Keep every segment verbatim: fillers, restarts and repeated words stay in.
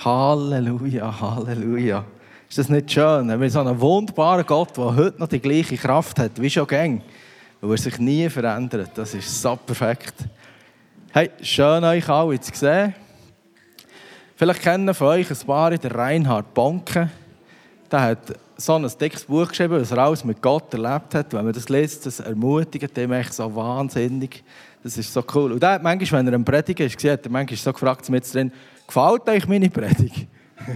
Halleluja, Halleluja. Ist das nicht schön? Wir haben so einen wunderbaren Gott, der heute noch die gleiche Kraft hat wie schon gäng, weil er sich nie verändert. Das ist so perfekt. Hey, schön euch alle zu sehen. Vielleicht kennen von euch ein paar den Reinhard Bonke. Der hat so ein dickes Buch geschrieben, was er alles mit Gott erlebt hat. Wenn man das liest, das ermutigt dem echt so wahnsinnig. Das ist so cool. Und der hat manchmal, wenn er am Predigen ist, hat er manchmal so gefragt mit drin, gefällt euch meine Predigt?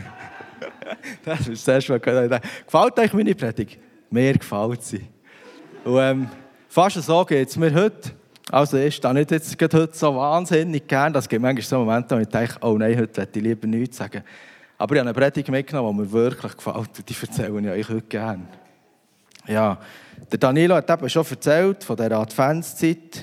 Das ist sehr schön. Gefällt euch meine Predigt? Mir gefällt sie. Und ähm, fast so geht es mir heute. Also ich stehe nicht jetzt heute so wahnsinnig gern. Das gibt manchmal so Momente, wo ich denke, oh nein, heute möchte ich lieber nichts sagen. Aber ich habe eine Predigt mitgenommen, die mir wirklich gefällt. Und die erzähle ich euch heute gerne. Ja, der Danilo hat eben schon erzählt von dieser Adventszeit.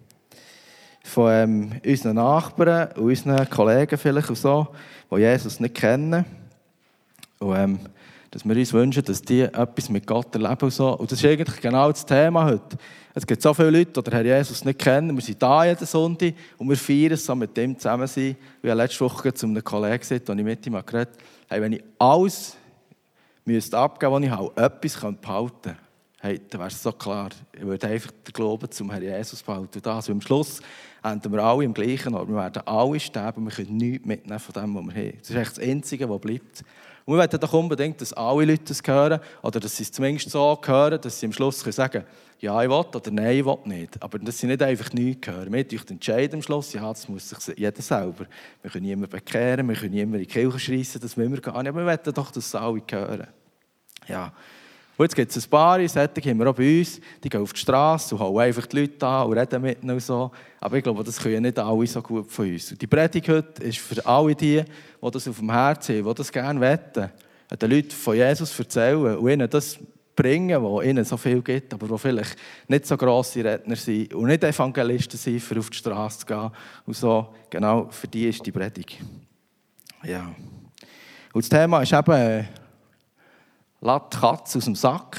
Von ähm, unseren Nachbarn und unseren Kollegen vielleicht und so, die Jesus nicht kennen. Und ähm, dass wir uns wünschen, dass die etwas mit Gott erleben und so. Und das ist eigentlich genau das Thema heute. Es gibt so viele Leute, die Herr Jesus nicht kennen. Wir sind da jeden Sonntag und wir feiern es so mit dem zusammen sein. Ich habe letzte Woche zu einem Kollegen gesagt, und ich mit ihm geredet habe, hey, wenn ich alles müsste abgeben müsste, was ich habe, etwas behalten könnte, hey, dann wäre es so klar. Ich würde einfach den Glauben zum Herrn Jesus behalten. Und das. Und am Schluss enden wir alle im gleichen Ort. Wir werden alle sterben, wir können nichts mitnehmen von dem, was wir haben. Das ist echt das Einzige, was bleibt. Und wir wollen doch unbedingt, dass alle Leute das hören, oder dass sie es zumindest so hören, dass sie am Schluss sagen können, ja, ich will oder nein, ich will nicht. Aber dass sie nicht einfach nichts hören. Wir dürfen entscheiden am Schluss, ja, das muss sich jeder selber. Wir können niemanden bekehren, wir können niemanden in die Kirche schreissen, das wollen wir gar nicht. Aber wir wollen doch, dass alle hören. Ja. Und jetzt gibt es ein paar, solche haben wir auch bei uns, die gehen auf die Straße und hauen einfach die Leute an und reden mit ihnen und so. Aber ich glaube, das können nicht alle so gut von uns. Und die Predigt heute ist für alle die, die das auf dem Herzen haben, die das gerne wollen, den Leuten von Jesus erzählen und ihnen das bringen, was ihnen so viel gibt, aber die vielleicht nicht so grosse Redner sind und nicht Evangelisten sind, für auf die Straße zu gehen. Und so, genau, für die ist die Predigt. Ja. Und das Thema ist eben, lass die Katze aus dem Sack.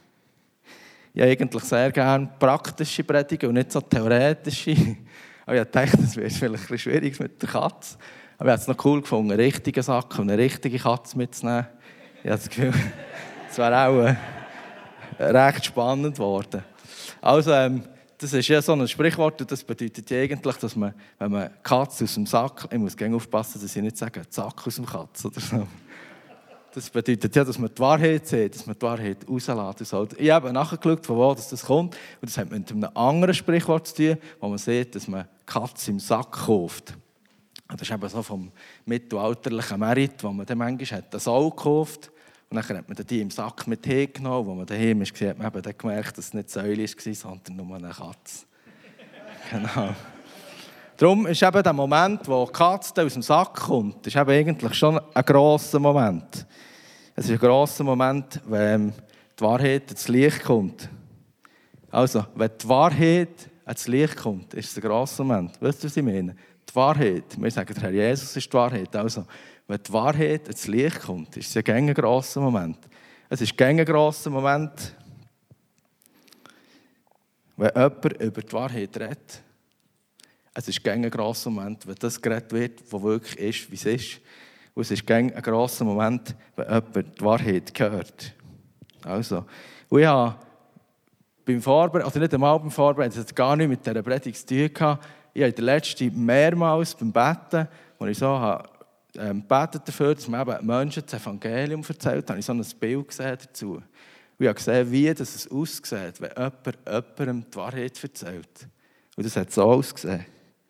Ich habe eigentlich sehr gerne praktische Predigen und nicht so theoretische. Aber ich dachte, das wäre vielleicht ein bisschen schwierig mit der Katze. Aber ich habe es noch cool gefunden, einen richtigen Sack und eine richtige Katze mitzunehmen. Ich habe das Gefühl, es wäre auch äh, recht spannend geworden. Also, ähm, das ist ja so ein Sprichwort und das bedeutet ja eigentlich, dass man, wenn man Katze aus dem Sack, ich muss gerne aufpassen, dass ich nicht sage, Sack aus dem Katz oder so. Das bedeutet ja, dass man die Wahrheit sieht, dass man die Wahrheit rauslässt. Ich habe nachgeschaut, von wo das kommt. Und das hat mit einem anderen Sprichwort zu tun, wo man sieht, dass man Katze im Sack kauft. Und das ist eben so vom mittelalterlichen Merit, wo man dann manchmal hat, eine Sau gekauft und dann hat man die im Sack mit hergenommen. Wo man daheim ist, hat man eben dann gemerkt, dass es nicht eine Säule war, sondern nur eine Katze. Genau. Darum ist eben der Moment, wo die Katze aus dem Sack kommt, ist eben eigentlich schon ein grosser Moment. Es ist ein grosser Moment, wenn die Wahrheit ins Licht kommt. Also, wenn die Wahrheit ins Licht kommt, ist es ein grosser Moment. Weißt du, was ich meine? Die Wahrheit, wir sagen, der Herr Jesus ist die Wahrheit. Also, wenn die Wahrheit ins Licht kommt, ist es ein grosser Moment. Es ist ein grosser Moment, wenn jemand über die Wahrheit redet. Es ist ein grosser Moment, wenn das geredet wird, was wirklich ist, wie es ist. Und es ist ein grosser Moment, wenn jemand die Wahrheit hört. Also, und ich habe beim Vorbereiten, also nicht einmal beim Vorbereiten, das hat gar nichts mit dieser Predigt zu tun gehabt. Ich habe in der letzten mehrmals beim Beten, wo ich so habe, ähm, betet dafür, dass man eben Menschen das Evangelium erzählt, habe ich so ein Bild gesehen dazu. Und ich habe gesehen, wie das es aussieht, wenn jemand jemandem die Wahrheit erzählt. Und das hat so ausgesehen.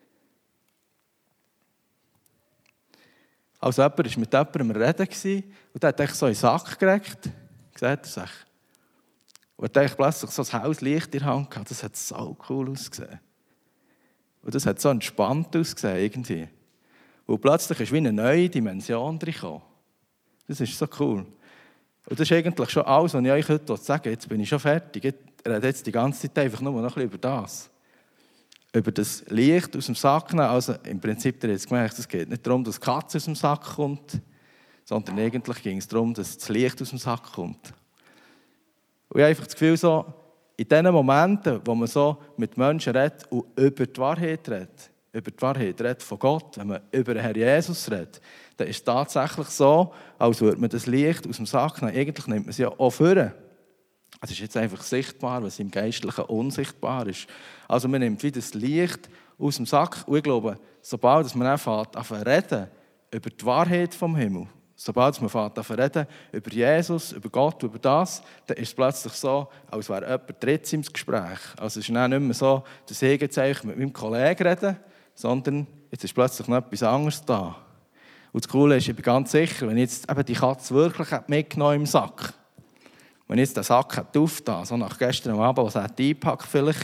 Also jemand war mit jemandem am Reden und der hat so in den Sack gelegt. Seht ihr es? Und er hat plötzlich so ein helles Licht in der Hand gehabt. Das hat so cool ausgesehen. Und das hat so entspannt ausgesehen irgendwie. Und plötzlich ist wie eine neue Dimension reingekommen. Das ist so cool. Und das ist eigentlich schon alles, was ich euch heute sagen will. Jetzt bin ich schon fertig. Ich rede jetzt die ganze Zeit einfach nur noch ein bisschen über das. Über das Licht aus dem Sack nehmen. Also im Prinzip, ihr habt jetzt gemerkt, es geht nicht darum, dass die Katze aus dem Sack kommt, sondern eigentlich ging es darum, dass das Licht aus dem Sack kommt. Und ich habe einfach das Gefühl, so, in diesen Momenten, wo man so mit Menschen redet und über die Wahrheit redet, über die Wahrheit redet von Gott, wenn man über den Herr Jesus redet, dann ist es tatsächlich so, als würde man das Licht aus dem Sack nehmen. Eigentlich nimmt man es ja auch vor. Es ist jetzt einfach sichtbar, was im Geistlichen unsichtbar ist. Also man nimmt wieder das Licht aus dem Sack. Und ich glaube, sobald man anfängt an reden über die Wahrheit vom Himmel, sobald man anfängt an reden über Jesus, über Gott, über das, dann ist es plötzlich so, als wäre jemand dritt im Gespräch. Also es ist dann nicht mehr so, dass ich jetzt mit meinem Kollegen rede, sondern jetzt ist plötzlich noch etwas anderes da. Und das Coole ist, ich bin ganz sicher, wenn ich jetzt eben die Katze wirklich mitgenommen im Sack, wenn ich jetzt den Sack aufgetan, so nach gestern Abend, was er eingepackt vielleicht.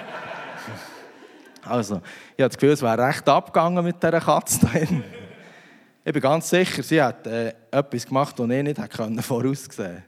Also, ich habe das Gefühl, es wäre recht abgegangen mit dieser Katze da. Ich bin ganz sicher, sie hat äh, etwas gemacht, das ich nicht voraussehen konnte.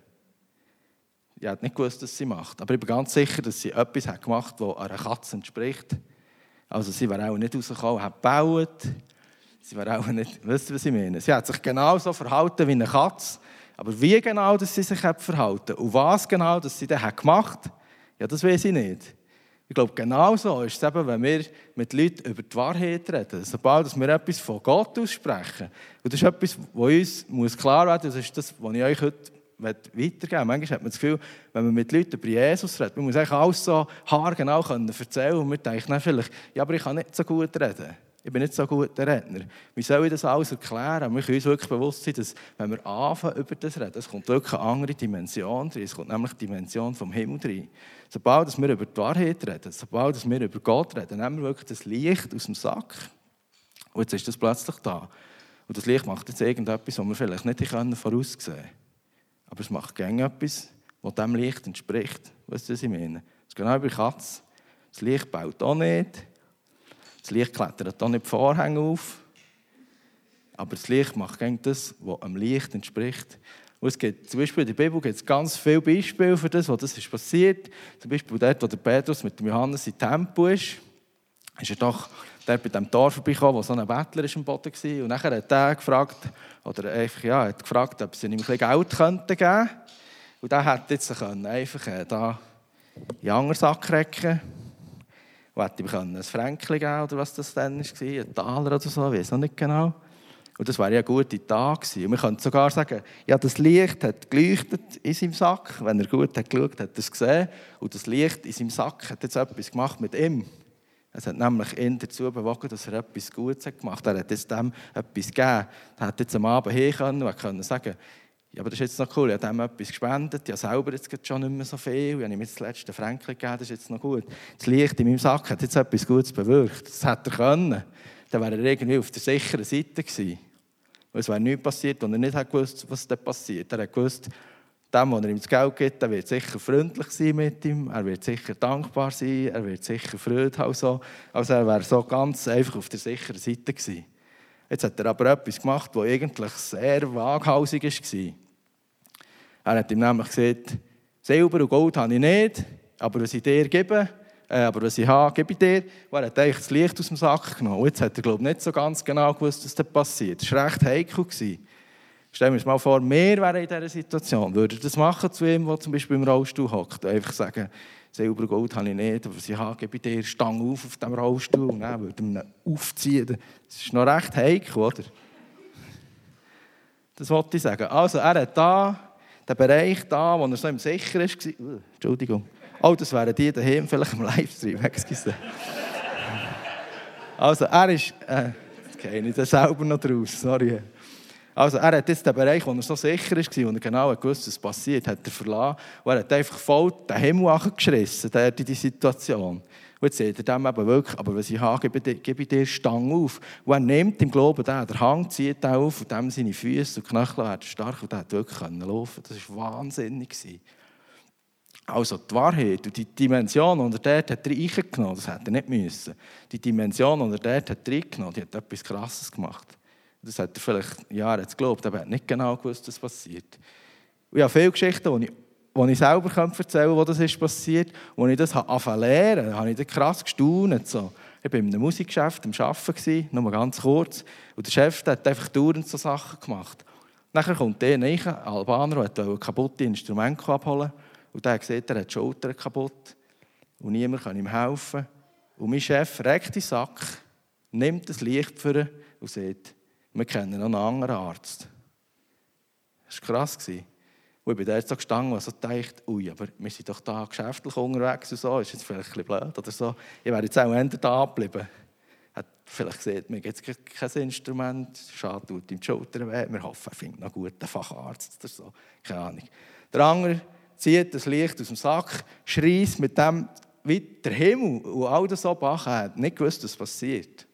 Ich hätte nicht gewusst, was sie macht. Aber ich bin ganz sicher, dass sie etwas hat gemacht hat, das einer Katze entspricht. Also sie wäre auch nicht rausgekommen, hat gebaut. Sie wäre auch nicht, wisst ihr, was ich meine? Sie hat sich genauso verhalten wie eine Katze. Aber wie genau dass sie sich verhalten und was genau dass sie dann gemacht hat, ja, das weiß ich nicht. Ich glaube, genau so ist es eben, wenn wir mit Leuten über die Wahrheit reden. Sobald wir etwas von Gott aussprechen. Und das ist etwas, was uns klar werden muss. Das ist das, was ich euch heute weitergeben möchte. Manchmal hat man das Gefühl, wenn man mit Leuten über Jesus redet, man muss eigentlich alles so haargenau erzählen können. Und wir denken dann vielleicht, ja, aber ich kann nicht so gut reden. Ich bin nicht so ein guter Redner. Wie soll ich das alles erklären? Wir können uns wirklich bewusst sein, dass, wenn wir anfangen über das reden, es kommt wirklich eine andere Dimension rein. Es kommt nämlich die Dimension vom Himmel rein. Sobald wir über die Wahrheit reden, sobald wir über Gott reden, nehmen wir wirklich das Licht aus dem Sack. Und jetzt ist das plötzlich da. Und das Licht macht jetzt irgendetwas, was wir vielleicht nicht voraussehen können. Aber es macht gerne etwas, das diesem Licht entspricht. Weißt du, was ich meine? Das ist genau wie die Katze. Das Licht baut auch nicht. Das Licht klettert auch nicht die Vorhänge auf. Aber das Licht macht gerne das, was am Licht entspricht. Und es gibt, zum Beispiel in der Bibel gibt es ganz viele Beispiele für das, wo das ist passiert. Zum Beispiel dort, wo der Petrus mit dem Johannes im Tempo ist, ist er doch dort bei dem Tor vorbeigekommen, wo so ein Bettler ist am Boden war. Und nachher hat er gefragt, oder einfach, ja, hat gefragt, ob sie ihm ein bisschen Geld könnten geben könnten. Und der hätte jetzt können, einfach äh, da in den anderen Sack recken. Und hätte ihm ein Fränkchen geben oder was das dann war, ein Taler oder so, ich weiß noch nicht genau. Und das wäre ja ein guter Tag gewesen. Und man könnte sogar sagen, ja, das Licht hat geleuchtet in seinem Sack. Wenn er gut hat geschaut, hat er es gesehen. Und das Licht in seinem Sack hat jetzt etwas gemacht mit ihm. Es hat nämlich ihn dazu bewogen, dass er etwas Gutes hat gemacht hat. Er hat jetzt dem etwas gegeben. Er hat jetzt am Abend hin können und konnte sagen, ja, aber das ist jetzt noch cool, ich habe dem etwas gespendet, ich habe selber jetzt schon nicht mehr so viel, ich habe ihm jetzt das letzte Fränkchen gegeben, das ist jetzt noch gut. Das Licht in meinem Sack hat jetzt etwas Gutes bewirkt, das hätte er können. Dann wäre er irgendwie auf der sicheren Seite gewesen. Und es wäre nichts passiert, und er nicht hat gewusst, was da passiert. Er hat gewusst, dem, der ihm das Geld gibt, der wird sicher freundlich sein mit ihm, er wird sicher dankbar sein, er wird sicher Freude haben. So. Also er wäre so ganz einfach auf der sicheren Seite gewesen. Jetzt hat er aber etwas gemacht, das eigentlich sehr waghalsig war. Er hat ihm nämlich gesagt, Silber und Gold habe ich nicht, aber was ich dir gebe, äh, aber was ich habe, gebe ich dir. Und er hat eigentlich das Licht aus dem Sack genommen. Und jetzt hat er, glaube ich, nicht so ganz genau gewusst, was da passiert. Das war recht heikel. Stellen wir uns mal vor, wir wären in dieser Situation. Würden das machen zu ihm, der zum Beispiel im Rollstuhl hockt? Einfach sagen, Silber und Gold habe ich nicht, aber was ich habe, gebe ich dir. Stang auf auf dem Rollstuhl. Und dann würde ihn aufziehen. Das ist noch recht heikel, oder? Das wollte ich sagen. Also, er hat da der Bereich da, wo er so im Sicher ist, uh, Entschuldigung. Oh, das wären die daheim, vielleicht im Livestream. Also, er ist... Äh, jetzt gehe ich das selber noch draus, sorry. Also, er hat jetzt den Bereich, wo er so sicher war und er genau gewusst, was passiert, hat er verlassen. Und er hat einfach voll den Himmel angeschissen, in die Situation. Und jetzt sieht er dem eben wirklich, aber was ich habe, gebe ich dir Stang auf. Und er nimmt im Glauben den, der Hang zieht ihn auf und dem seine Füße und Knöchel werden stark und er hat wirklich laufen. Das war wahnsinnig. Also die Wahrheit und die Dimension, die er dort hat reingenommen, das hätte er nicht müssen. Die Dimension, die er dort hat reingenommen, die hat etwas Krasses gemacht. Das hat er vielleicht Jahre jetzt geglaubt, aber er hat nicht genau gewusst, was passiert. Und ich habe viele Geschichten, die ich Als ich selber erzählen kann, wo das ist passiert, als ich das angefangen zu lernen, habe ich krass gestaunt. So. Ich war in einem Musikgeschäft am Arbeiten, nur ganz kurz. Und der Chef der hat einfach dauernd so Sachen gemacht. Nachher kommt der ein Albaner, der kaputte Instrumente abholen. Und der hat gesagt, er hat die Schulter kaputt. Und niemand kann ihm helfen. Und mein Chef regt den Sack, nimmt das Licht für ihn und sagt, wir kennen noch einen anderen Arzt. Das war krass. Und ich bin da jetzt so gestanden und so gedacht, ui, aber wir sind doch da geschäftlich unterwegs und so, ist jetzt vielleicht ein bisschen blöd oder so. Ich wäre jetzt auch eher da geblieben. Hat vielleicht gesagt, mir gibt es kein Instrument, schade, tut ihm die Schulter weh, wir hoffen, er findet noch einen guten Facharzt oder so. Keine Ahnung. Der andere zieht das Licht aus dem Sack, schreit mit dem wie der Himmel und all das so Bach hat. Nicht gewusst, was passiert.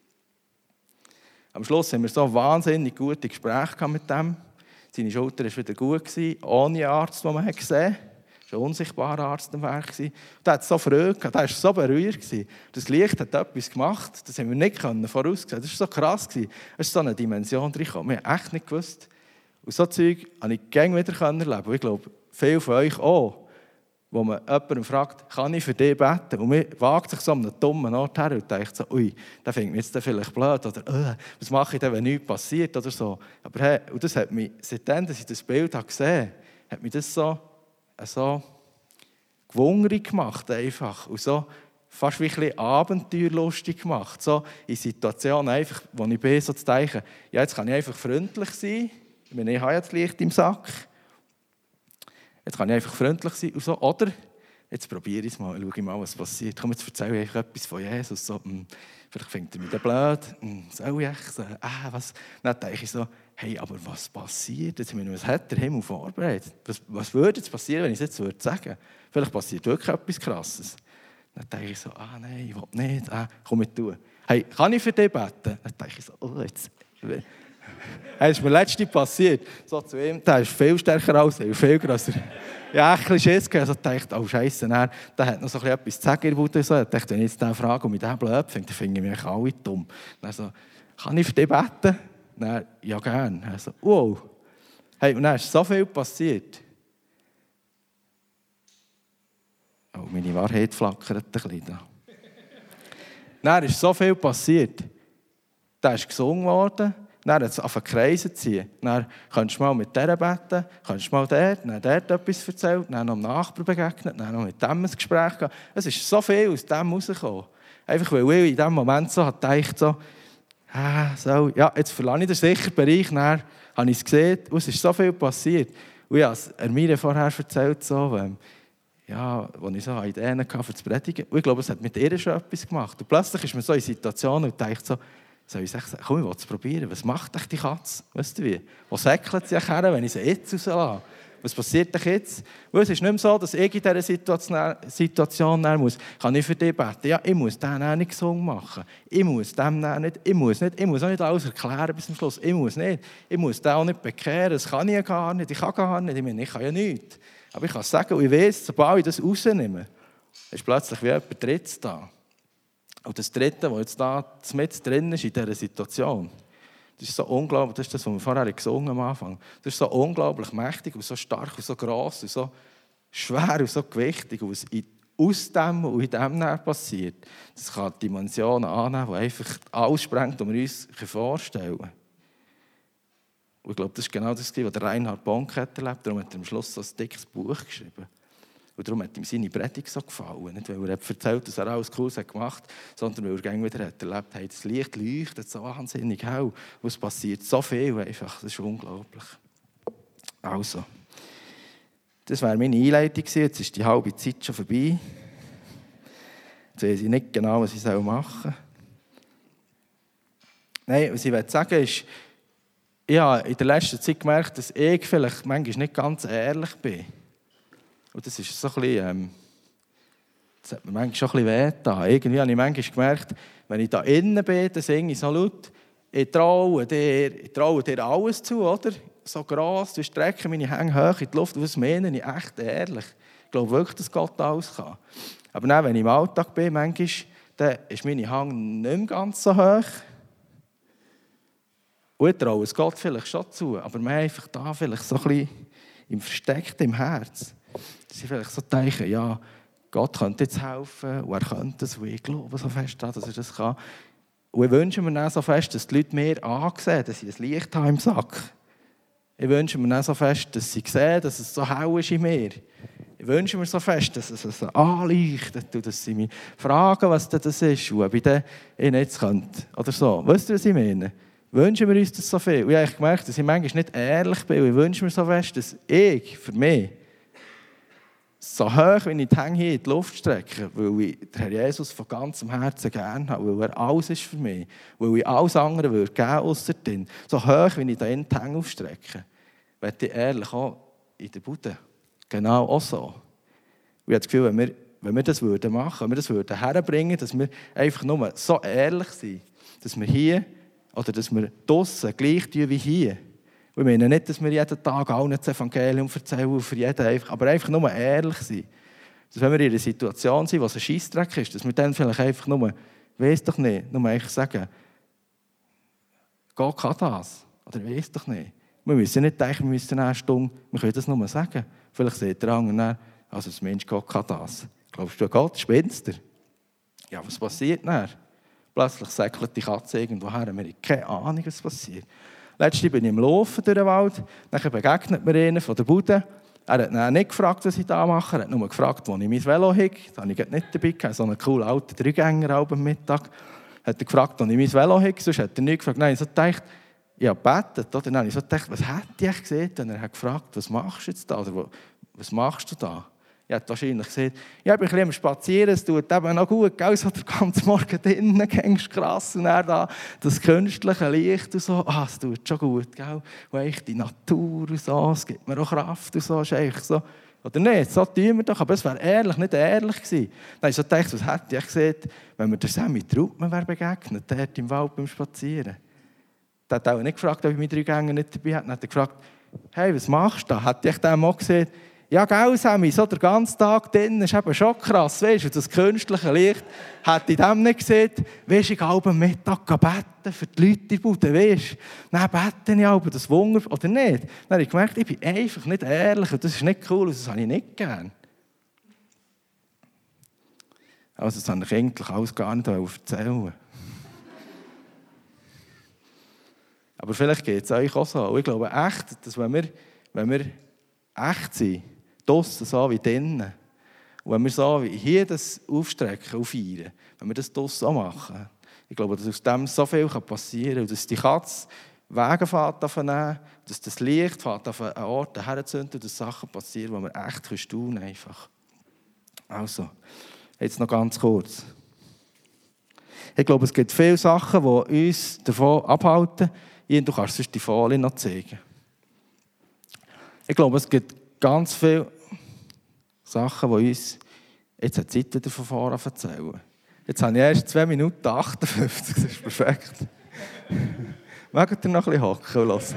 Am Schluss haben wir so wahnsinnig gute Gespräche mit dem. Seine Schulter war wieder gut, ohne Arzt, den man gesehen hat. Es war ein unsichtbarer Arzt am Werk. Und der hat so Freude gehabt, der war so berührt. Das Licht hat etwas gemacht, das haben wir nicht voraussehen. Das war so krass. Es ist so eine Dimension drin. Wir haben echt nicht gewusst. Und so Zeug konnte ich gerne wieder erleben. Und ich glaube, viele von euch auch, wo man jemanden fragt, kann ich für dich beten? Und man wagt sich so an einen dummen Ort her und denkt so, ui, der findet mich jetzt vielleicht blöd. Oder äh, was mache ich denn, wenn nichts passiert? Oder so. Aber hey, und das hat mich, seitdem dass ich das Bild habe gesehen habe, hat mich das so, so gewungerig gemacht. Einfach. Und so fast wie ein bisschen abenteuerlustig gemacht. So in Situationen, einfach, wo ich bin, so zu denken, ja, jetzt kann ich einfach freundlich sein. Ich meine, ich habe jetzt Licht im Sack. Jetzt kann ich einfach freundlich sein und so. Oder, jetzt probiere ich es mal, schaue ich mal, was passiert. Komm, jetzt erzähle ich etwas von Jesus. So, mh, vielleicht findet er mich dann blöd. Mh, soll ich echt sagen? Ah, was? Dann denke ich so, hey, aber was passiert jetzt? Was hat der Himmel vorbereitet? Was, was würde jetzt passieren, wenn ich es jetzt würde sagen? Vielleicht passiert wirklich etwas Krasses. Dann denke ich so, ah nein, ich will nicht. Ah, komm, mit tun. Hey, kann ich für dich beten? Dann denke ich so, oh, jetzt... Das ist mir letztens passiert. So zu ihm, der ist viel stärker als ich, viel grösser. Ich habe ein bisschen Schiss gehabt. Also dachte, oh Scheiße, der hat noch so etwas zu sagen. Ich so. dachte, wenn ich jetzt den frage und mich den blöd finde, dann finde ich mich alle dumm. Dann so, kann ich für dich beten? Dann, ja, gerne. Dann so, wow. Hey, und dann ist so viel passiert. Oh, meine Wahrheit flackert ein bisschen da. Dann ist so viel passiert. Der ist gesungen worden. Dann hat es auf Kreise ziehen. Dann kannst du mal mit dieser beten, kannst du mal dort, dann dort etwas erzählt, dann noch einem Nachbarn begegnet, dann noch mit dem ein Gespräch gehabt. Es ist so viel aus dem rausgekommen. Einfach weil ich in diesem Moment so dachte, so, ah, so, ja, jetzt verlasse ich den sicheren Bereich, dann habe ich es gesehen und es ist so viel passiert. Und ich habe es mir vorher erzählt, so, ähm, ja, als ich so Ideen hatte, für das Predigen. Und ich glaube, es hat mit ihr schon etwas gemacht. Und plötzlich ist man so in Situationen und denkt so, soll ich sagen, komm, ich will es probieren. Was macht echt die Katze? Weißt du wie? Wo säckelt sie her, wenn ich sie jetzt rauslasse? Was passiert denn jetzt? Weil es ist nicht mehr so, dass ich in dieser Situation, Situation muss. Kann ich für dich beten? Ja, ich muss den auch nicht gesungen machen. Ich muss dem nicht, ich muss nicht, ich muss auch nicht alles erklären bis zum Schluss. Ich muss nicht. Ich muss den auch nicht bekehren. Das kann ich ja gar nicht. Ich kann gar nicht. Ich meine, ich kann ja nichts. Aber ich kann sagen, und ich weiss, sobald ich das rausnehme, ist plötzlich wie jemand Drittes da. Und das Dritte, das jetzt da mit drin ist in dieser Situation, das ist so unglaublich, das ist das, was wir vorher gesungen haben am Anfang. Das ist so unglaublich mächtig und so stark und so gross und so schwer und so gewichtig. Und was aus dem und in dem passiert, das kann Dimensionen annehmen, die einfach alles sprengt, was wir uns vorstellen können. Und ich glaube, das ist genau das, was der Reinhard Bonk hat erlebt. Darum hat er am Schluss so ein dickes Buch geschrieben. Und darum hat ihm seine Predigt so gefallen. Nicht, weil er erzählt, dass er alles Cooles gemacht hat, sondern weil er gerne wieder hat erlebt hat, das Licht leuchtet so wahnsinnig hell. Und es passiert so viel einfach. Das ist unglaublich. Also, das wäre meine Einleitung gewesen. Jetzt ist die halbe Zeit schon vorbei. Jetzt weiß ich nicht genau, was ich machen soll. Nein, was ich sagen will, ist, ich habe in der letzten Zeit gemerkt, dass ich vielleicht manchmal nicht ganz ehrlich bin. Und das ist so ein bisschen, ähm, das hat mir manchmal schon ein bisschen wehgetan. Irgendwie habe ich manchmal gemerkt, wenn ich da innen bin, dann singe ich so laut, ich traue dir, ich traue dir alles zu, oder? So gross, du streckst meine Hände hoch in die Luft, und das meine ich echt ehrlich. Ich glaube wirklich, dass Gott alles kann. Aber dann, wenn ich im Alltag bin, manchmal, dann ist meine Hand nicht mehr ganz so hoch. Und ich traue es Gott vielleicht schon zu, aber mehr einfach da vielleicht so ein bisschen im Versteckten im Herz. Dass ich vielleicht so denke, ja, Gott könnte jetzt helfen und er könnte es, und ich glaube so fest daran, dass er das kann. Und ich wünsche mir dann so fest, dass die Leute mir ansehen, dass ich ein Licht habe im Sack. Ich wünsche mir dann so fest, dass sie sehen, dass es so hell ist in mir. Ich wünsche mir so fest, dass es so anleuchtet und dass sie mich fragen, was das ist und ob ich dann ihnen jetzt könnte. Oder so. Weißt du, was ich meine? Wünschen wir uns das so viel? Und ich habe gemerkt, dass ich manchmal nicht ehrlich bin. Und ich wünsche mir so fest, dass ich, für mich, so hoch, wie ich die Hänge hier in die Luft strecke, weil ich den Herr Jesus von ganzem Herzen gerne habe, weil er alles ist für mich, weil ich alles andere würde geben, ausser den. So hoch, wie ich da in die Hänge aufstrecke, möchte ich ehrlich auch in der Bude. Genau auch so. Und ich habe das Gefühl, wenn wir, wenn wir das würden machen, wenn wir das würden herbringen, dass wir einfach nur so ehrlich sind, dass wir hier oder dass wir draussen gleich tun wie hier. Wir meinen nicht, dass wir jeden Tag allen das Evangelium erzählen, für jeden einfach, aber einfach nur ehrlich sein. Dass wenn wir in einer Situation sind, wo es ein Scheissdreck ist, dass wir dann vielleicht einfach nur, weiss doch nicht, nur einfach sagen, Gott kann das. Oder weiss doch nicht. Wir müssen nicht denken, wir müssen eine Stunde, wir können das nur sagen. Vielleicht sagt der andere, also das Mensch, Gott kann das. Glaubst du, Gott spinnst du? Ja, was passiert dann? Plötzlich säckelt die Katze irgendwo her, wir haben keine Ahnung, was passiert. Letztens bin ich im Laufen durch den Wald, dann begegnet mir einer von der Bude. Er hat dann nicht gefragt, was ich da mache, er hat nur gefragt, wo ich mein Velo habe. Da habe ich nicht dabei gehabt, so einen coolen alten Dreigänger am Mittag. Hat er gefragt, wo ich mein Velo habe, sonst hat er nicht gefragt. Nein, ich so gedacht, ich habe gebetet. Oder? Dann habe ich so gedacht, was hätte ich gesehen? Und er hat gefragt, was machst du jetzt da? Oder was machst du da? Ich habe wahrscheinlich gesagt, ja, ich bin ein bisschen am Spazieren, es tut eben noch gut, gell? So den ganzen Morgen drinnen, gängst krass, und dann da das künstliche Licht und so, ah, es tut schon gut, gell? Und echt die Natur und so, es gibt mir auch Kraft und so, ist eigentlich so, oder nicht, so tun wir doch, aber es wäre ehrlich, nicht ehrlich gewesen. Dann habe ich so gedacht, was hätte ich gesehen, wenn mir der Sammy Trautmann wäre begegnet, der im Wald beim Spazieren. Der hat auch nicht gefragt, ob ich meine drei Gänger nicht dabei hatte, dann hat er gefragt, hey, was machst du da? Hätte ich dem auch gesehen, ja, gell, Sammy, so der ganze Tag drin ist eben schon krass, weißt du, das künstliche Licht hätte ich dem nicht gesehen, weißt du, ich gehe am Mittag beten für die Leute in der Bude, weißt du, dann bete ich aber das Wunder, oder nicht? Dann habe ich gemerkt, ich bin einfach nicht ehrlich und das ist nicht cool, das habe ich nicht gern. Also das habe ich eigentlich alles gar nicht erzählen. Aber vielleicht geht es euch auch so. Und ich glaube echt, dass wenn wir, wenn wir echt sind, draussen so wie drinnen, und wenn wir so wie hier das aufstrecken und feiern, wenn wir das draussen auch machen, ich glaube, dass aus dem so viel passieren kann. Und dass die Katze Wege nehmen, dass das Licht auf einen Ort herzündet und dass Sachen passieren, wo wir echt staunen können. Einfach. Also, jetzt noch ganz kurz. Ich glaube, es gibt viele Sachen, die uns davon abhalten. Du kannst sonst die Folie noch zeigen. Ich glaube, es gibt ganz viele Sachen, die uns jetzt hat Zeit wieder von vorne erzählen. Jetzt habe ich erst zwei Minuten achtundfünfzig, das ist perfekt. Mögt ihr noch ein bisschen hocken lassen?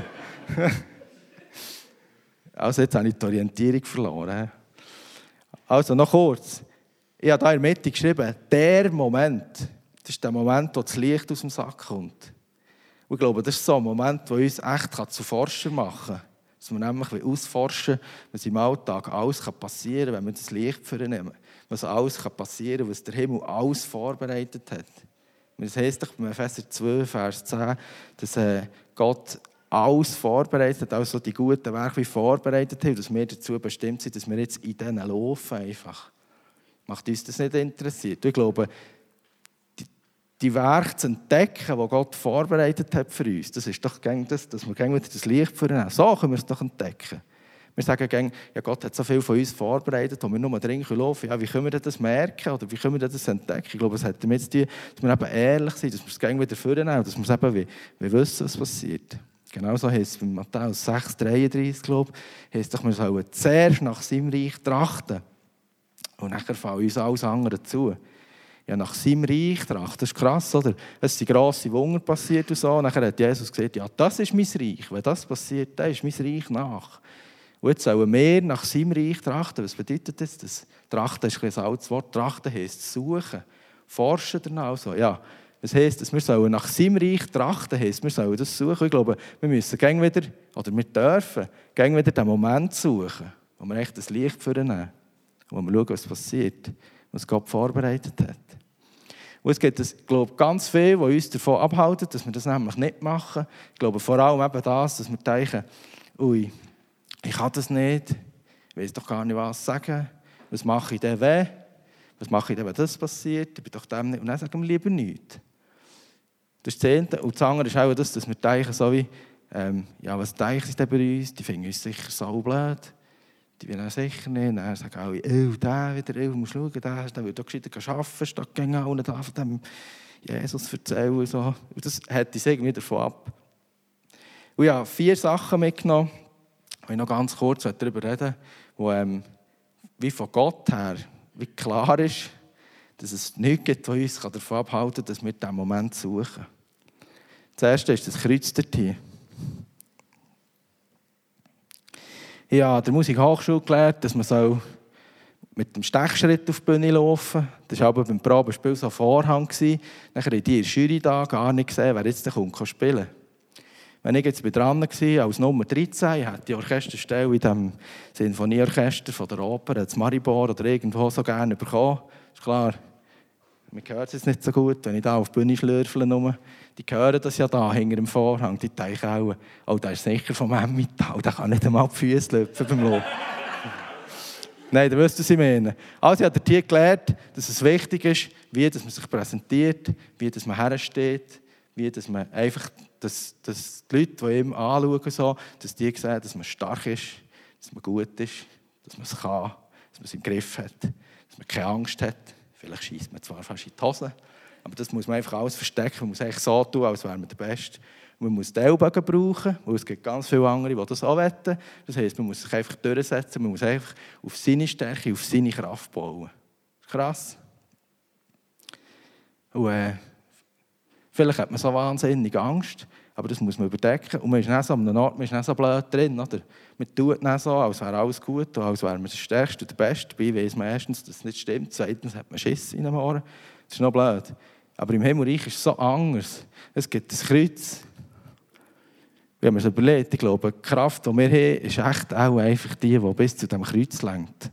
Also jetzt habe ich die Orientierung verloren. Also noch kurz. Ich habe hier in der Mitte geschrieben, der Moment, das ist der Moment, wo das Licht aus dem Sack kommt. Und ich glaube, das ist so ein Moment, der uns echt zu Forscher machen kann. Dass wir nämlich ausforschen, was im Alltag alles passieren kann, wenn wir das Licht vornehmen. Was alles passieren kann, was der Himmel alles vorbereitet hat. Das heisst doch bei Epheser zwei, Vers zehn, dass Gott alles vorbereitet hat, also die guten Werke wie vorbereitet hat, dass wir dazu bestimmt sind, dass wir jetzt in denen laufen einfach. Macht uns das nicht interessiert? Ich glaube, die, die Werke zu entdecken, die Gott vorbereitet hat für uns, das ist doch das, dass wir wieder das Licht vornehmen. So können wir es doch entdecken. Wir sagen gerne, ja, Gott hat so viel von uns vorbereitet, wo wir nur drin laufen können. Ja, wie können wir das merken oder wie können wir das entdecken? Ich glaube, es hat damit zu tun, dass wir eben ehrlich sind, dass wir es gerne wieder vornehmen, dass wir es eben wie, wie wissen, was passiert. Genauso heisst es bei Matthäus sechs dreiunddreißig, glaube ich, heisst doch, wir sollen zuerst nach seinem Reich trachten. Und nachher fallen uns alles andere zu. Ja, nach seinem Reich trachten, das ist krass, oder? Es sind grosse Wunder passiert und so. Und nachher hat Jesus gesagt, ja, das ist mein Reich. Wenn das passiert, dann ist mein Reich nach. Und jetzt sollen wir nach seinem Reich trachten. Was bedeutet das? das? Trachten ist ein bisschen ein altes Wort. Trachten heisst suchen, forschen danach. Also, ja, das heisst, dass wir sollen nach seinem Reich trachten heisst, wir sollen das suchen. Ich glaube, wir müssen gern wieder, oder wir dürfen, gern wieder den Moment suchen, wo wir echt das Licht vornehmen, wo wir schauen, was passiert, was Gott vorbereitet hat. Und es gibt, ich glaube, ganz viel, was uns davon abhalten, dass wir das nämlich nicht machen. Ich glaube vor allem eben das, dass wir denken, ui, ich kann das nicht, Ich weiss doch gar nicht, was sagen. Was mache ich denn, wenn? Was mache ich denn, wenn das passiert? Ich bin doch dem nicht. Und dann sagen wir lieber nichts. Das ist das eine. Und das andere ist auch das, dass wir denken, so wie, ähm, ja, was denken sie denn bei uns? Die finden uns sicher so blöd. Die will er sicher nicht. Und dann sagen alle, oh, der wieder, oh, musst schauen, der, der will doch gescheiter arbeiten, statt gegen allen da von dem Jesus erzählen. Und, so. Und das hält uns irgendwie davon ab. Und ich habe vier Sachen mitgenommen, die ich noch ganz kurz darüber reden wo ähm, wie von Gott her wie klar ist, dass es nichts gibt, was uns davon abhalten kann, dass wir diesen Moment suchen. Das erste ist das Kreuz dort hier. Ich habe der Musikhochschule gelernt, dass man so mit dem Stechschritt auf die Bühne laufen soll. Das war aber beim Probenspiel so ein Vorhang. Dann haben die in der Jury da gar nicht gesehen, wer jetzt kommt spielen. Wenn ich jetzt dran war, als Nummer dreizehn, ich hätte die Orchesterstelle in dem Sinfonieorchester von der Oper, das Maribor oder irgendwo so gerne bekommen. Ist klar, mir hört es jetzt nicht so gut, wenn ich da auf die Bühne schlürfle. Die hören das ja da hinter dem Vorhang. Die denken auch, oh, der ist sicher vom Emmental, der kann nicht einmal die Füße lüpfen beim Laufen. Nein, da wisst ihr, was ich meine. Also ich habe hier gelernt, dass es wichtig ist, wie dass man sich präsentiert, wie dass man hersteht, wie dass man einfach, dass, dass die Leute, die ihn anschauen, so, dass die sehen, dass man stark ist, dass man gut ist, dass man es kann, dass man es im Griff hat, dass man keine Angst hat. Vielleicht schießt man zwar fast in die Hose, aber das muss man einfach alles verstecken. Man muss eigentlich so tun, als wäre man der Beste. Man muss die Ellbogen brauchen, weil es gibt ganz viele andere, die das auch wollen. Das heisst, man muss sich einfach durchsetzen, man muss einfach auf seine Stärke, auf seine Kraft bauen. Krass. Und, äh, vielleicht hat man so wahnsinnig Angst, aber das muss man überdecken. Und man ist nicht so an einem Ort, man ist nicht so blöd drin. Oder? Man tut nicht so, als wäre alles gut, als wäre man der Stärkste und der Beste. Dabei weiss man erstens, dass das nicht stimmt. Zweitens hat man Schiss in den Ohren. Das ist noch blöd. Aber im Himmelreich ist es so anders. Es gibt ein Kreuz. Wenn man es überlegt, ich glaube, die Kraft, die wir haben, ist echt auch einfach die, die bis zu diesem Kreuz lenkt.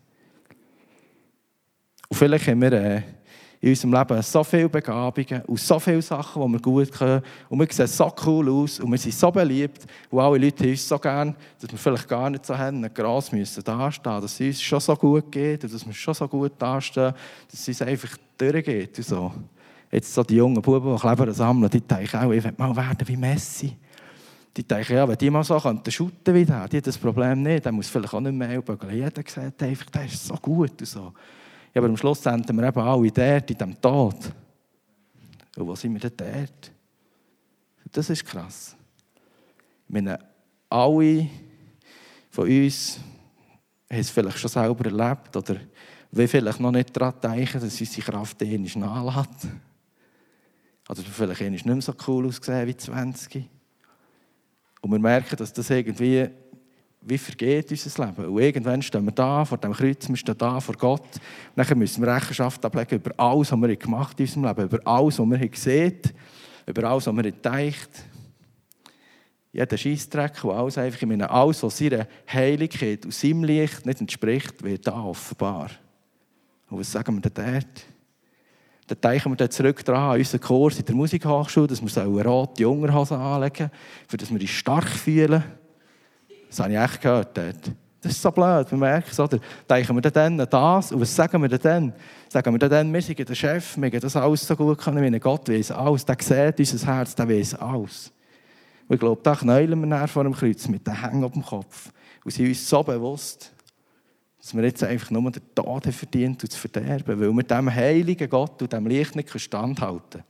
Und vielleicht haben wir äh, in unserem Leben so viele Begabungen und so viele Sachen, die wir gut können. Und wir sehen so cool aus und wir sind so beliebt. Und alle Leute haben uns so gern, dass wir vielleicht gar nicht so haben, gross müssen dastehen, dass es uns schon so gut geht und dass wir schon so gut dastehen, dass es uns einfach durchgeht. Und so. Jetzt so die jungen Buben, die Kleber sammeln, die denken auch, ich will mal werden wie Messi. Die denken, ja, wenn die mal so shooten wie der, die haben das Problem nicht, der muss vielleicht auch nicht mehr ellbogen. Jeder sagt einfach, der ist so gut und so. Ja, aber am Schluss enden wir eben alle dort, in diesem Tod. Und wo sind wir denn dort? Das ist krass. Ich meine, alle von uns haben es vielleicht schon selber erlebt oder will vielleicht noch nicht daran denken, dass unsere Kraft einmal nachlässt. Oder vielleicht einmal nicht mehr so cool aussehen wie zwanzig. Und wir merken, dass das irgendwie wie vergeht unser Leben. Und irgendwann stehen wir da vor dem Kreuz, wir stehen da vor Gott. Und dann müssen wir Rechenschaft ablegen über alles, was wir gemacht haben in unserem Leben, über alles, was wir gesehen haben, über alles, was wir gedacht haben. Jeder Scheissdreck und alles, einfach, ich meine, alles, was seiner Heiligkeit und seinem Licht nicht entspricht, wird da offenbar. Und was sagen wir denn dort? Dann denken wir dann zurück daran, an unseren Kurs in der Musikhochschule, dass wir eine rote Unterhose anlegen sollen, für dass wir uns stark fühlen. Das habe ich echt gehört dort. Das ist so blöd, wir merken es, oder? Denken wir dann das, und was sagen wir dann? Sagen wir dann, wir sind der Chef, wir können das alles so gut können, wie Gott weiss alles, der sieht unser Herz, der weiss alles. Und ich glaube, da knäulen wir nachher vor dem Kreuz mit den Hängen auf dem Kopf und sind uns so bewusst, dass wir jetzt einfach nur den Tod verdient und das Verderben, weil wir diesem heiligen Gott und diesem Licht nicht standhalten können.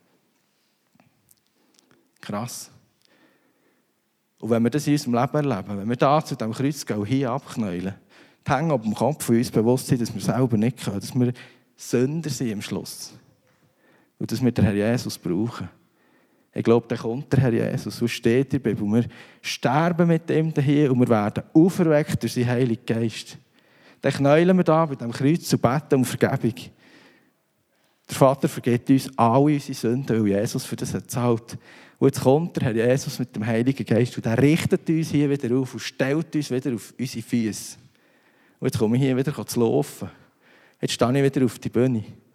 Krass. Und wenn wir das in unserem Leben erleben, wenn wir da zu diesem Kreuz gehen, hier abknäulen, die Hänge auf dem Kopf und uns bewusst sind, dass wir selber nicht können, dass wir Sünder sind am Schluss. Und dass wir den Herr Jesus brauchen. Ich glaube, dann kommt der Herr Jesus, so steht in der Bibel. Wir sterben mit ihm hier und wir werden auferweckt durch seinen Heiligen Geist. Dann knäulen wir da bei diesem Kreuz zu beten um Vergebung. Der Vater vergibt uns alle unsere Sünden, weil Jesus für das hat gezahlt. Und jetzt kommt der Herr Jesus mit dem Heiligen Geist und er richtet uns hier wieder auf und stellt uns wieder auf unsere Füße. Und jetzt komme ich hier wieder zu laufen. Jetzt stehe ich wieder auf die Bühne.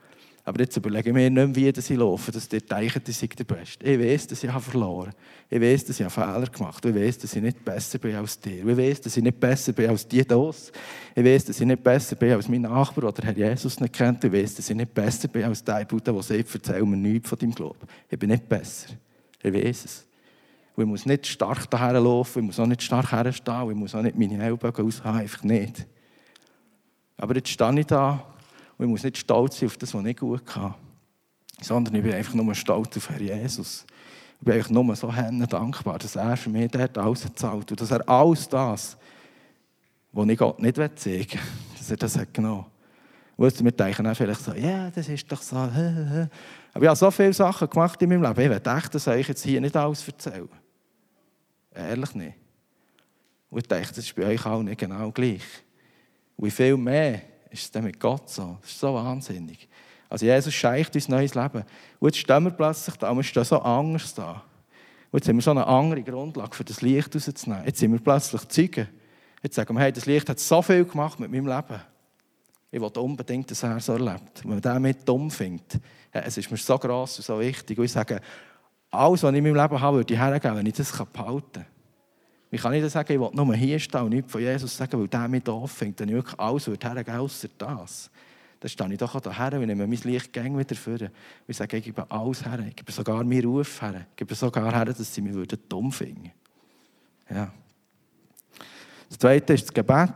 Aber jetzt überlege ich mir nicht mehr, wie ich laufe, dass ihr denkt, ich sei der Beste. Ich weiss, dass ich verloren habe. Ich weiss, dass ich einen Fehler gemacht habe. Ich weiss, dass ich nicht besser bin als dir. Ich weiss, dass ich nicht besser bin als die Dos. Ich weiss, dass ich nicht besser bin als mein Nachbar, der Herr Jesus nicht kennt. Ich weiss, dass ich nicht besser bin als der Bruder, der sagt, erzähl mir nichts von deinem Glauben. Ich bin nicht besser. Ich weiss es. Und ich muss nicht stark daher laufen, ich muss auch nicht stark herstehen, ich muss auch nicht meine Ellbogen aushaben, einfach nicht. Aber jetzt stehe ich da und ich muss nicht stolz sein auf das, was ich gut kann, sondern ich bin einfach nur stolz auf Herrn Jesus. Ich bin einfach nur so dankbar, dass er für mich dort alles zahlt und dass er alles das, was ich Gott nicht zeigen will, dass er das hat genommen. Und wir denken dann vielleicht so, ja, yeah, das ist doch so. Aber ich habe so viele Sachen gemacht in meinem Leben, ich will echt, dass ich jetzt hier nicht alles erzähle. Ehrlich nicht. Und ich denke, das ist bei euch auch nicht genau gleich. Und wie viel mehr ist es denn mit Gott so? Das ist so wahnsinnig. Also Jesus schenkt uns neues Leben. Und jetzt stehen wir plötzlich da, und wir stehen so anders da. Und jetzt haben wir so eine andere Grundlage, für das Licht rauszunehmen. Jetzt sind wir plötzlich Zeugen. Jetzt sagen wir, hey, das Licht hat so viel gemacht mit meinem Leben. Ich will unbedingt, dass er so erlebt. Und wenn man den mit dumm findet, ja, es ist mir so gross und so wichtig. Und ich sage, alles, was ich in meinem Leben habe, würde ich hergeben, wenn ich das behalten kann. Ich kann nicht sagen, ich will nur hier stehen und nichts von Jesus sagen, weil der mich doof findet, wenn ich wirklich alles hergeben würde, außer das. Dann stehe ich doch auch daher und nehme mein Licht gerne wieder vor. Und ich sage, ich gebe alles her. Ich gebe sogar meinen Ruf her. Ich gebe sogar her, dass sie mich dumm finden. Ja. Das Zweite ist das Gebet.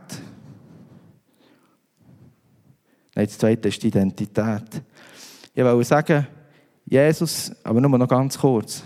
Nein, das Zweite ist die Identität. Ich wollte sagen, Jesus, aber nur noch ganz kurz.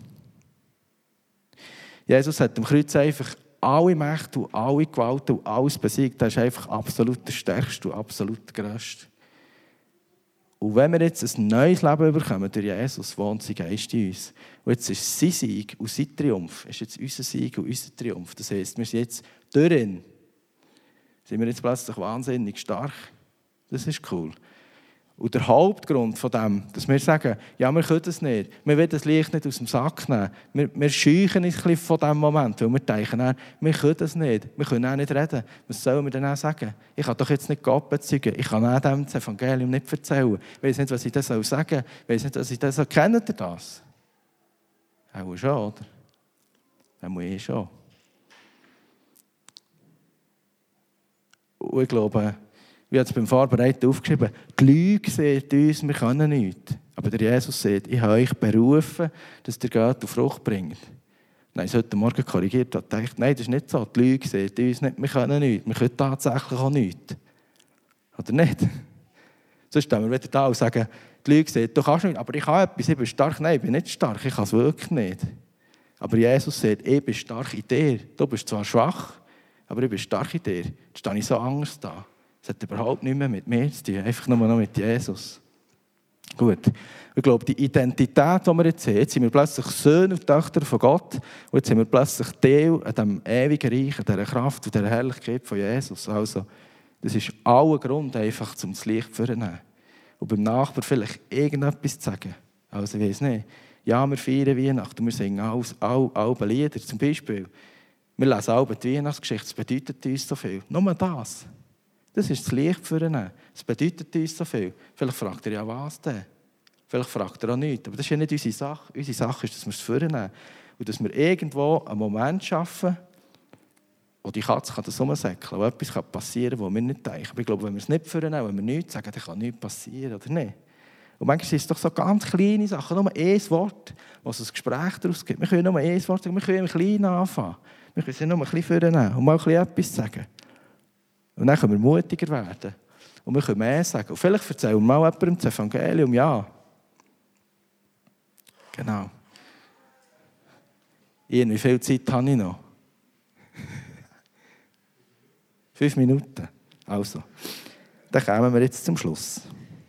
Jesus hat am Kreuz einfach alle Mächte und alle Gewalt und alles besiegt. Er ist einfach absolut der Stärkste und absolut der Größte. Und wenn wir jetzt ein neues Leben bekommen durch Jesus, wohnt sein Geist in uns. Und jetzt ist sein Sieg und sein Triumph, ist jetzt unser Sieg und unser Triumph. Das heisst, wir sind jetzt durch ihn. Sind wir jetzt plötzlich wahnsinnig stark. Das ist cool. Und der Hauptgrund von dem, dass wir sagen, ja, wir können das nicht, wir wollen das Licht nicht aus dem Sack nehmen, wir, wir scheuchen uns ein bisschen von diesem Moment, weil wir denken, dann, wir können das nicht, wir können auch nicht reden. Was sollen wir denn auch sagen? Ich kann doch jetzt nicht Gott bezeugen, ich kann auch dem das Evangelium nicht erzählen. Ich weiss nicht, was ich das sagen soll, ich weiss nicht, was ich das soll. Kennt ihr das? Auch schon, oder? Dann muss ich schon. Und ich glaube, wie hat es beim Vorbereiten aufgeschrieben, die Lüge sieht uns, wir können nichts. Aber der Jesus sagt, ich habe euch berufen, dass ihr geht und Frucht bringt. Nein, ich heute Morgen korrigiert und dachte, nein, das ist nicht so. Die Lüge sieht uns nicht, wir können nichts. Wir können tatsächlich auch nichts. Oder nicht? Sonst stehen wir wieder da und sagen, die Lüge sieht, du kannst nichts, aber ich kann etwas, ich bin stark. Nein, ich bin nicht stark, ich kann es wirklich nicht. Aber Jesus sagt, ich bin stark in dir. Du bist zwar schwach, aber ich bin stark in dir. Jetzt stehe ich so anders da. Es hat überhaupt nichts mehr mit mir zu tun, einfach nur noch mit Jesus. Gut. Ich glaube, die Identität, die wir jetzt haben, jetzt sind wir plötzlich Söhne und Töchter von Gott und jetzt sind wir plötzlich Teil an diesem ewigen Reich, an dieser Kraft und dieser Herrlichkeit von Jesus. Also, das ist aller Grund, einfach zum Licht zu nehmen. Und beim Nachbarn vielleicht irgendetwas zu sagen. Also, ich weiss nicht. Ja, wir feiern Weihnachten, wir singen alle, alle Lieder. Zum Beispiel, wir lesen alle die Weihnachtsgeschichte, das bedeutet uns so viel. Nur das. Das ist das Licht für ihn. Das bedeutet uns so viel. Vielleicht fragt er ja, was denn? Vielleicht fragt er auch nichts. Aber das ist ja nicht unsere Sache. Unsere Sache ist, dass wir es für ihn nehmen. Und dass wir irgendwo einen Moment schaffen, wo die Katze kann das rumsäckeln, wo etwas passieren kann, wo wir nicht denken. Aber ich glaube, wenn wir es nicht für ihn nehmen, wenn wir nichts sagen, dann kann nichts passieren, oder nicht? Und manchmal sind es doch so ganz kleine Sachen, nur ein Wort, was ein Gespräch daraus gibt. Wir können nur ein Wort sagen, wir können im Kleinen anfangen. Wir können es nur ein bisschen für ihn nehmen und mal ein bisschen etwas sagen. Und dann können wir mutiger werden. Und wir können mehr sagen. Und vielleicht erzählen wir mal jemandem das Evangelium, ja. Genau. Ian, wie viel Zeit habe ich noch? Fünf Minuten. Also, dann kommen wir jetzt zum Schluss.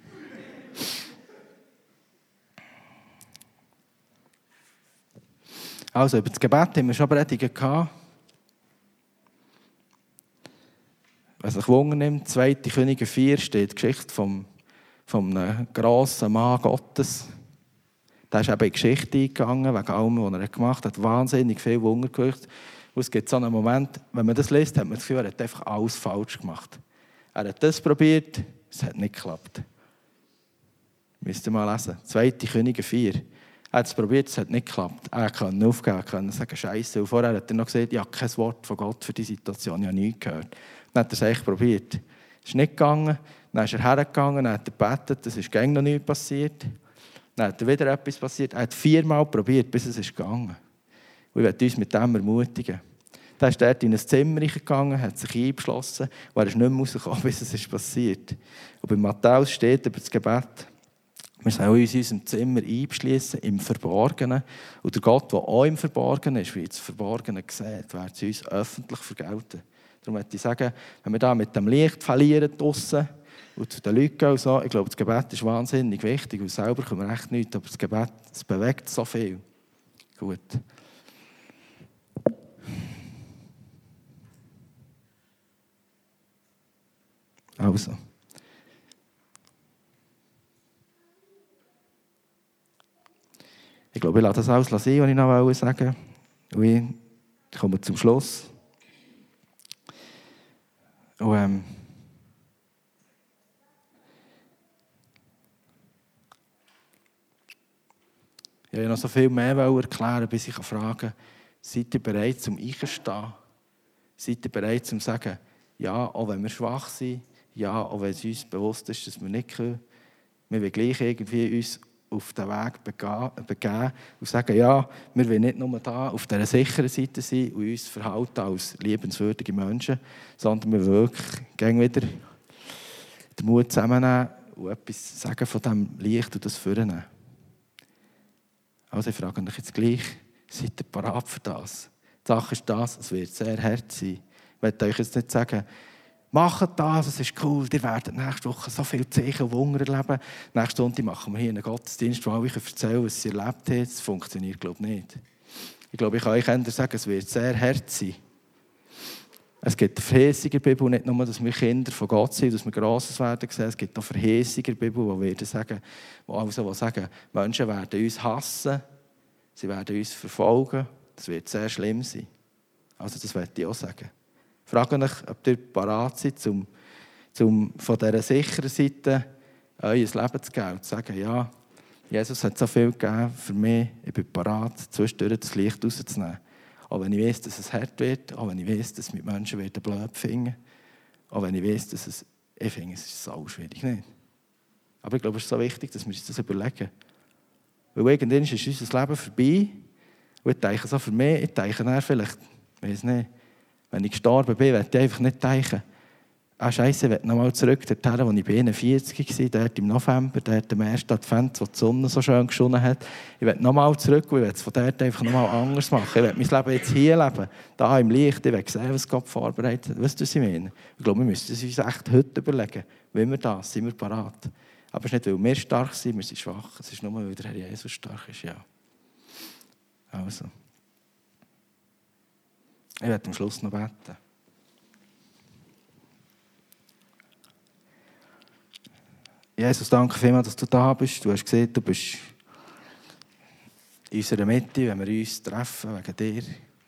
Also, über das Gebet haben wir schon Predigten gehabt. Wer sich Wunder nimmt, zweite Könige vier steht die Geschichte vom, vom einem grossen Mann Gottes. Der ist eben in die Geschichte eingegangen, wegen allem, was er gemacht hat. Wahnsinnig viel Wunder gewirkt. Und es gibt so einen Moment, wenn man das liest, hat man das Gefühl, er hat einfach alles falsch gemacht. Er hat das probiert, es hat nicht geklappt. Müsst ihr mal lesen. zweite Könige vier. Er hat es probiert, es hat nicht geklappt. Er konnte aufgeben, er konnte sagen, Scheiße. Und vorher hat er noch gesagt, ich habe kein Wort von Gott für die Situation, ich habe nichts gehört. Dann hat er es echt probiert. Es ist nicht gegangen. Dann ist er hergegangen, dann hat er gebetet, es ist gäng noch nichts passiert. Dann hat er wieder etwas passiert. Er hat viermal probiert, bis es ist gegangen. Und ich möchte uns mit dem ermutigen. Dann ist er in ein Zimmer gegangen, hat sich eingeschlossen und er ist nicht mehr rausgekommen, bis es ist passiert. Und bei Matthäus steht über das Gebet, wir sollen uns in unserem Zimmer einschliessen, im Verborgenen. Und der Gott, der auch im Verborgenen ist, wie das Verborgene sieht, wird es uns öffentlich vergelten. Darum möchte ich sagen, wenn wir da mit dem Licht verlieren draussen und zu den Leuten gehen und so, ich glaube, das Gebet ist wahnsinnig wichtig und selber können wir echt nichts, aber das Gebet, es bewegt so viel. Gut. Also. Ich glaube, ich lasse das alles sein, was ich noch sagen wollte. Ich komme zum Schluss. Und, ähm, ich wollte noch so viel mehr erklären, bis ich fragen kann, seid ihr bereit zum Einstehen? Seid ihr bereit zum sagen, ja, auch wenn wir schwach sind, ja, auch wenn es uns bewusst ist, dass wir nicht können, wir wollen gleich irgendwie uns auf den Weg begeben und sagen, ja, wir wollen nicht nur da auf dieser sicheren Seite sein und uns verhalten als liebenswürdige Menschen, sondern wir wollen wirklich gern wieder den Mut zusammennehmen und etwas sagen von diesem Licht und das vornehmen. Also ich frage euch jetzt gleich, seid ihr bereit für das? Die Sache ist das, es wird sehr hart sein. Ich möchte euch jetzt nicht sagen, macht das, es ist cool, ihr werdet nächste Woche so viele Zeichen und Wunder erleben. Nächste Stunde machen wir hier einen Gottesdienst, wo alle erzählen, was sie erlebt haben. Das funktioniert, glaube ich, nicht. Ich glaube, ich kann euch sagen, es wird sehr hart sein. Es gibt eine Verheißung in der Bibel, nicht nur, dass wir Kinder von Gott sind, dass wir Grosses werden sehen. Es gibt auch Verheißung in der Bibel, die werden sagen, die also sagen, Menschen werden uns hassen, sie werden uns verfolgen. Das wird sehr schlimm sein. Also das möchte ich auch sagen. Ich frage euch, ob ihr bereit seid, um, um von dieser sicheren Seite euer Leben zu geben und zu sagen, ja, Jesus hat so viel gegeben für mich, ich bin bereit, zwischendurch das Licht rauszunehmen. Auch wenn ich weiss, dass es hart wird, auch wenn ich weiss, dass es mit Menschen blöd finden, auch wenn ich weiss, dass es, ich finde, es ist so schwierig, nicht? Aber ich glaube, es ist so wichtig, dass wir uns das überlegen. Weil irgendwann ist unser Leben vorbei und ich denke so für mich, ich denke dann vielleicht, ich weiss nicht, wenn ich gestorben bin, werde ich einfach nicht denken, ah Scheisse, ich will nochmal zurück dorthin, als ich bei einundvierzig war, dort im November, dort am ersten Advent, wo die Sonne so schön geschonnen hat. Ich will nochmal zurück und ich will es von dort einfach nochmal anders machen. Ich will mein Leben jetzt hier leben, da im Licht. Ich will sehen, was Gott vorbereitet hat. Weißt du, was ich meine? Ich glaube, wir müssen es uns echt heute überlegen. Wollen wir das? Sind wir parat? Aber es ist nicht, weil wir stark sind, wir sind schwach. Es ist nur, weil der Herr Jesus stark ist, ja. Also. Ich werde am Schluss noch beten. Jesus, danke vielmals, dass du da bist. Du hast gesehen, du bist in unserer Mitte, wenn wir uns treffen, wegen dir.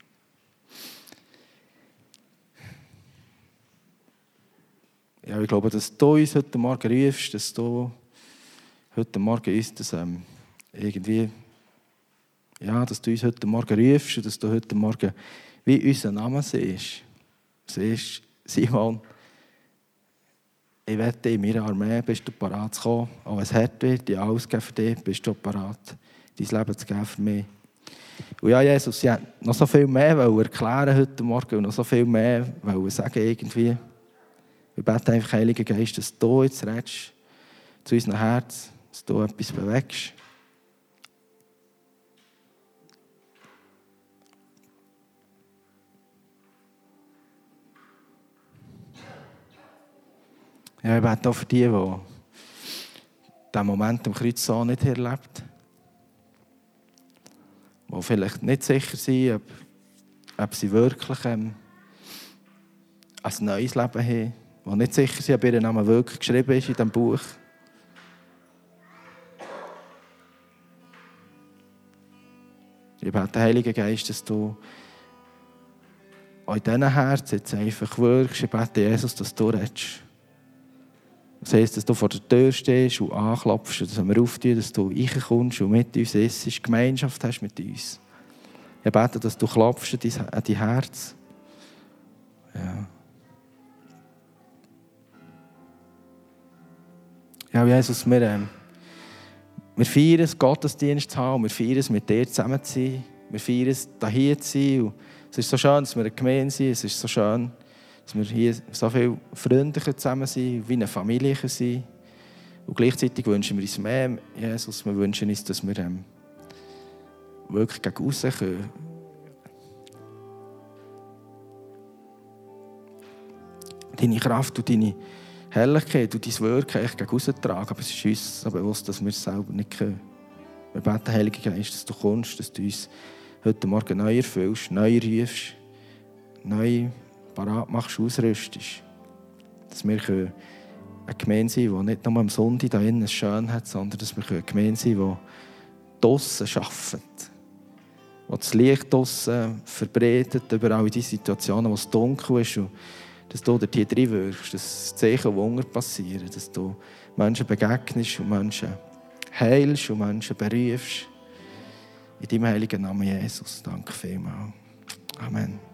Ja, ich glaube, dass du uns heute Morgen rufst, dass du heute Morgen uns das ähm, irgendwie, ja, dass du uns heute Morgen rufst und dass du heute Morgen wie unser Name siehst. Siehst, Simon, ich wette, in meiner Armee bist du parat zu kommen. Auch wenn es hart wird, ich alles geben für dich, bist du parat, dein Leben zu geben für mich. Und ja, Jesus, ich wollte noch so viel mehr erklären heute Morgen und noch so viel mehr sagen irgendwie. Ich bete einfach, Heiliger Geist, dass du jetzt redest zu unserem Herz, dass du etwas bewegst. Ja, ich bete auch für die, die diesen Moment am Kreuz so nicht erlebt, die vielleicht nicht sicher sind, ob, ob sie wirklich ähm, ein neues Leben haben, die nicht sicher sind, ob ihr Name wirklich geschrieben ist in diesem Buch. Ich bete, Heiliger Geist, dass du auch in diesen Herzen jetzt einfach wirkst. Ich bete, Jesus, dass du redest. Das heisst, dass du vor der Tür stehst und anklopfst, dass wir auftun, dass du reinkommst und mit uns isst, Gemeinschaft hast mit uns. Ich bete, dass du klopfst an dein Herz. Ja. Ja, Jesus, wir, ähm, wir feiern es, Gottesdienst zu haben, wir feiern es, mit dir zusammen zu sein. Wir feiern es, hier zu sein. Und es ist so schön, dass wir eine Gemeinde sind. Es ist so schön, dass wir hier so viele Freunde zusammen sind, wie eine Familie sind. Und gleichzeitig wünschen wir uns mehr, Jesus. Wir wünschen uns, dass wir ähm, wirklich gegen aussen können. Deine Kraft und deine Herrlichkeit und dein Wirken echt gegen aussen tragen. Aber es ist uns so bewusst, dass wir es selber nicht können. Wir beten, Heiliger Geist, dass du kommst, dass du uns heute Morgen neu erfüllst, neu rufst, neu parat machst, ausrüstest. Dass wir eine Gemeinde sein können, die nicht nur am Sonntag da innen schön hat, sondern dass wir eine Gemeinde sein können, die draussen arbeitet. Die das Licht draussen verbreitet, überall in die Situationen, wo es dunkel ist. Und dass du dort hier drin wirkst, dass Zeichen und Wunder passieren, dass du Menschen begegnest und Menschen heilst und Menschen berufst. In deinem heiligen Namen Jesus. Danke vielmals. Amen.